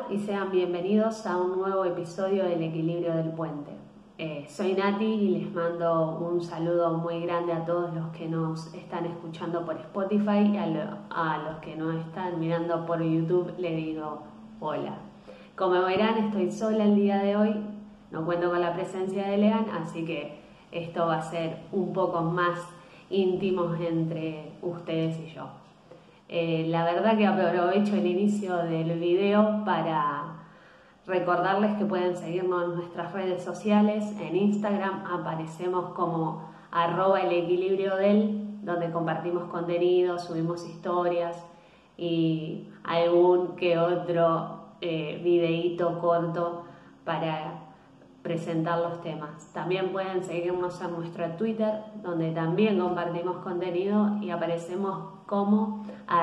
y sean bienvenidos a un nuevo episodio del Equilibrio del Puente. Soy Nati y les mando un saludo muy grande a todos los que nos están escuchando por Spotify y a los que nos están mirando por YouTube les digo hola. Como verán, estoy sola el día de hoy, no cuento con la presencia de Lean, así que esto va a ser un poco más íntimo entre ustedes y yo. La verdad que aprovecho el inicio del video para recordarles que pueden seguirnos en nuestras redes sociales. En Instagram aparecemos como @elequilibriodel, donde compartimos contenido, subimos historias y algún que otro videíto corto para presentar los temas. También pueden seguirnos en nuestro Twitter, donde también compartimos contenido y aparecemos como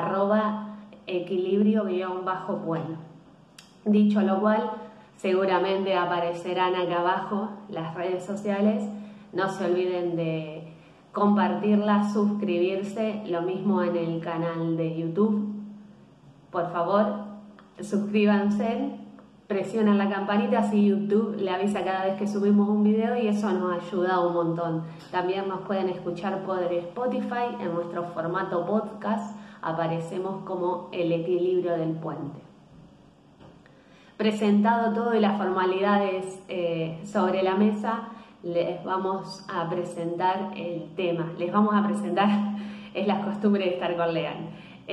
@equilibrio_puente. Dicho lo cual, seguramente aparecerán acá abajo las redes sociales. No se olviden de compartirlas, suscribirse, lo mismo en el canal de YouTube. Por favor, suscríbanse, presionan la campanita, así YouTube le avisa cada vez que subimos un video y eso nos ayuda un montón. También nos pueden escuchar por Spotify, en nuestro formato podcast aparecemos como El Equilibrio del Puente. Presentado todo y las formalidades sobre la mesa, les vamos a presentar el tema. Les vamos a presentar, es la costumbre de estar con Lean.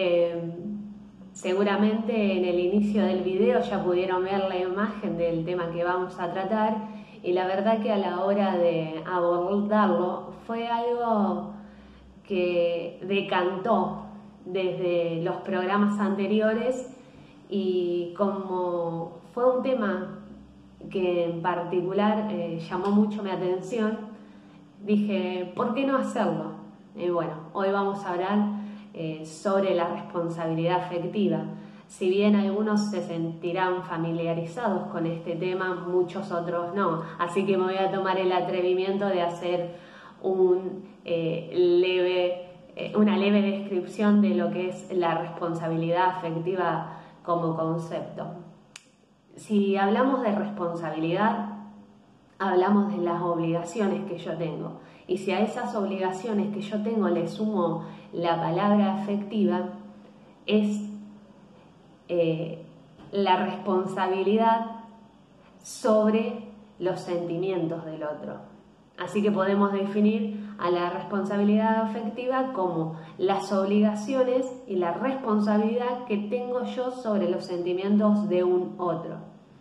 Seguramente en el inicio del video ya pudieron ver la imagen del tema que vamos a tratar y la verdad que a la hora de abordarlo fue algo que decantó desde los programas anteriores y como fue un tema que en particular llamó mucho mi atención, dije, ¿por qué no hacerlo? Bueno, hoy vamos a hablar sobre la responsabilidad afectiva. Si bien algunos se sentirán familiarizados con este tema, muchos otros no. Así que me voy a tomar el atrevimiento de hacer una leve descripción de lo que es la responsabilidad afectiva como concepto. Si hablamos de responsabilidad, hablamos de las obligaciones que yo tengo. Y si a esas obligaciones que yo tengo le sumo la palabra afectiva, es la responsabilidad sobre los sentimientos del otro. Así que podemos definir a la responsabilidad afectiva como las obligaciones y la responsabilidad que tengo yo sobre los sentimientos de un otro.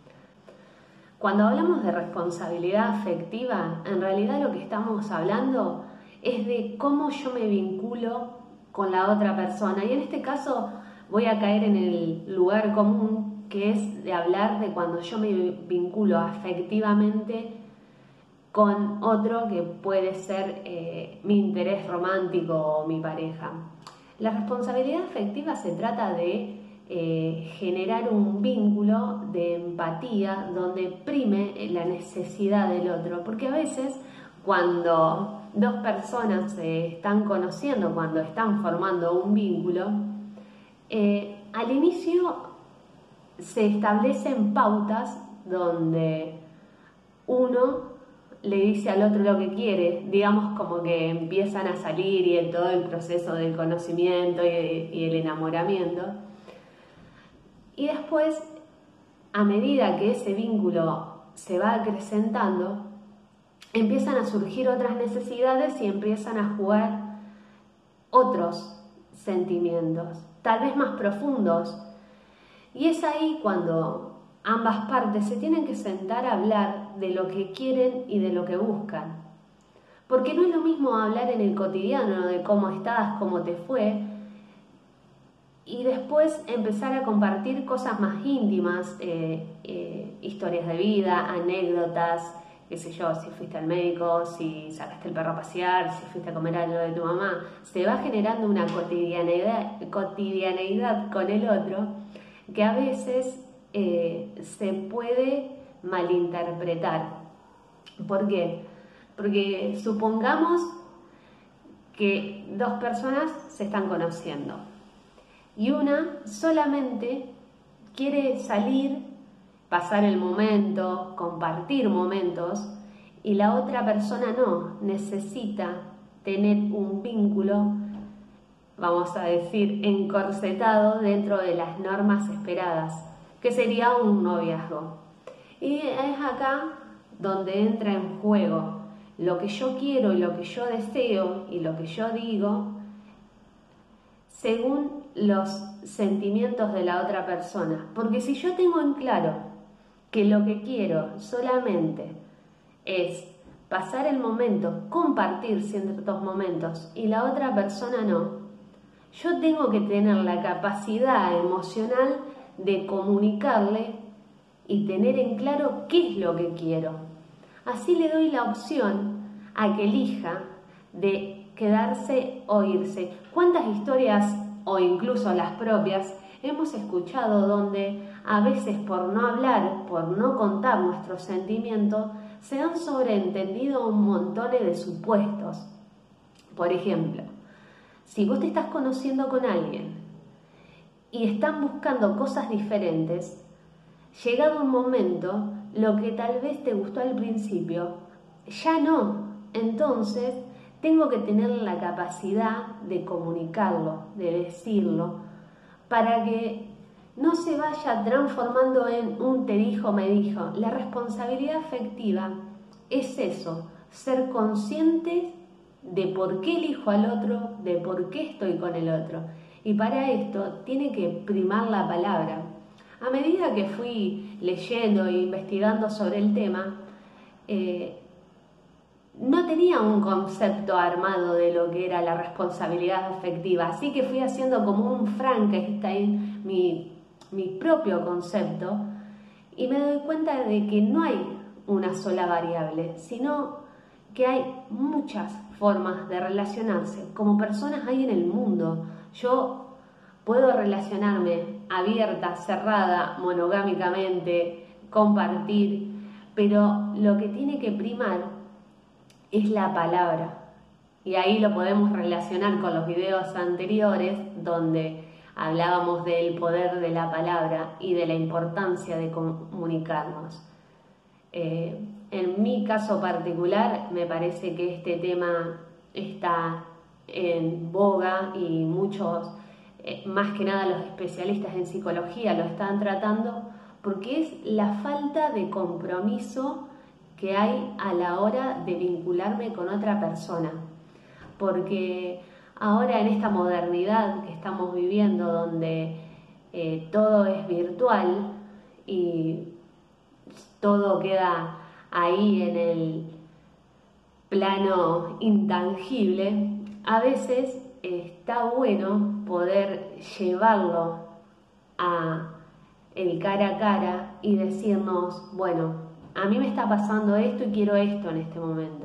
Cuando hablamos de responsabilidad afectiva, en realidad lo que estamos hablando es de cómo yo me vinculo con la otra persona. Y en este caso voy a caer en el lugar común, que es de hablar de cuando yo me vinculo afectivamente con otro que puede ser mi interés romántico o mi pareja. La responsabilidad afectiva se trata de generar un vínculo de empatía donde prime la necesidad del otro, porque a veces cuando dos personas se están conociendo, cuando están formando un vínculo, al inicio se establecen pautas donde uno le dice al otro lo que quiere, digamos como que empiezan a salir y en todo el proceso del conocimiento y el enamoramiento. Y después, a medida que ese vínculo se va acrecentando, empiezan a surgir otras necesidades y empiezan a jugar otros sentimientos, tal vez más profundos. Y es ahí cuando ambas partes se tienen que sentar a hablar de lo que quieren y de lo que buscan. Porque no es lo mismo hablar en el cotidiano de cómo estás, cómo te fue, y después empezar a compartir cosas más íntimas, historias de vida, anécdotas, qué sé yo, si fuiste al médico, si sacaste el perro a pasear, si fuiste a comer algo de tu mamá. Se va generando una cotidianeidad con el otro que a veces se puede malinterpretar. ¿Por qué? Porque supongamos que dos personas se están conociendo y una solamente quiere salir pasar el momento, compartir momentos, y la otra persona no, necesita tener un vínculo, vamos a decir, encorsetado dentro de las normas esperadas, que sería un noviazgo. Y es acá donde entra en juego lo que yo quiero y lo que yo deseo y lo que yo digo según los sentimientos de la otra persona. Porque si yo tengo en claro que lo que quiero solamente es pasar el momento, compartir ciertos momentos y la otra persona no, yo tengo que tener la capacidad emocional de comunicarle y tener en claro qué es lo que quiero. Así le doy la opción a que elija de quedarse o irse. ¿Cuántas historias, o incluso las propias, hemos escuchado donde a veces por no hablar, por no contar nuestros sentimientos, se han sobreentendido un montón de supuestos? Por ejemplo, si vos te estás conociendo con alguien y están buscando cosas diferentes, llegado un momento, lo que tal vez te gustó al principio, ya no. Entonces, tengo que tener la capacidad de comunicarlo, de decirlo, para que no se vaya transformando en un te dijo, me dijo. La responsabilidad afectiva es eso, ser consciente de por qué elijo al otro, de por qué estoy con el otro. Y para esto tiene que primar la palabra. A medida que fui leyendo e investigando sobre el tema, no tenía un concepto armado de lo que era la responsabilidad afectiva, así que fui haciendo como un Frankenstein mi propio concepto y me doy cuenta de que no hay una sola variable, sino que hay muchas formas de relacionarse. Como personas hay en el mundo. Yo puedo relacionarme abierta, cerrada, monogámicamente, compartir, pero lo que tiene que primar es la palabra. Y ahí lo podemos relacionar con los videos anteriores donde hablábamos del poder de la palabra y de la importancia de comunicarnos. En mi caso particular me parece que este tema está en boga y muchos, más que nada los especialistas en psicología lo están tratando porque es la falta de compromiso que hay a la hora de vincularme con otra persona. Porque ahora en esta modernidad que estamos viviendo donde todo es virtual y todo queda ahí en el plano intangible, a veces está bueno poder llevarlo a el cara a cara y decirnos, bueno, a mí me está pasando esto y quiero esto en este momento.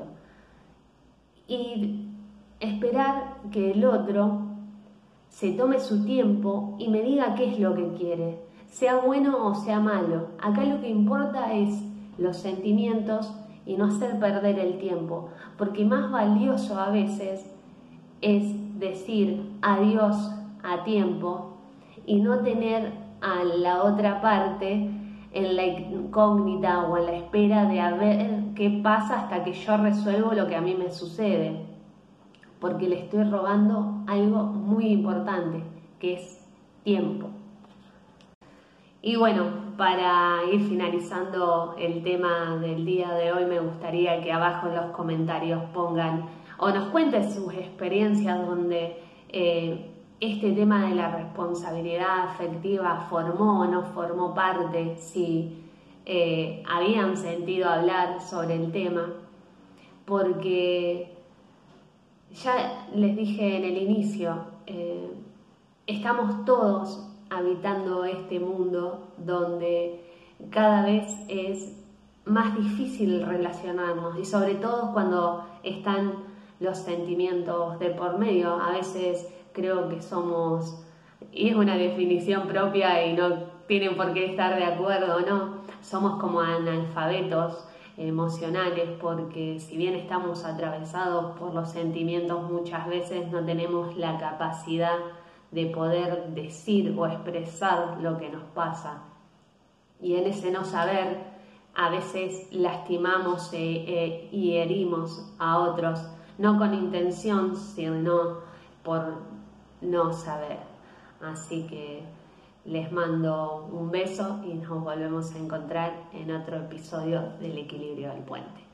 Y esperar que el otro se tome su tiempo y me diga qué es lo que quiere, sea bueno o sea malo. Acá lo que importa es los sentimientos y no hacer perder el tiempo, porque más valioso a veces es decir adiós a tiempo y no tener a la otra parte en la incógnita o en la espera de a ver qué pasa hasta que yo resuelvo lo que a mí me sucede, porque le estoy robando algo muy importante, que es tiempo. Y bueno, para ir finalizando el tema del día de hoy, me gustaría que abajo en los comentarios pongan o nos cuenten sus experiencias donde este tema de la responsabilidad afectiva formó o no formó parte, si habían sentido hablar sobre el tema, porque ya les dije en el inicio, estamos todos habitando este mundo donde cada vez es más difícil relacionarnos y sobre todo cuando están los sentimientos de por medio. A veces creo que somos, y es una definición propia y no tienen por qué estar de acuerdo, ¿no? Somos como analfabetos emocionales porque si bien estamos atravesados por los sentimientos, muchas veces no tenemos la capacidad de poder decir o expresar lo que nos pasa. Y en ese no saber a veces lastimamos y herimos a otros, no con intención, sino por no saber. Así que les mando un beso y nos volvemos a encontrar en otro episodio del Equilibrio del Puente.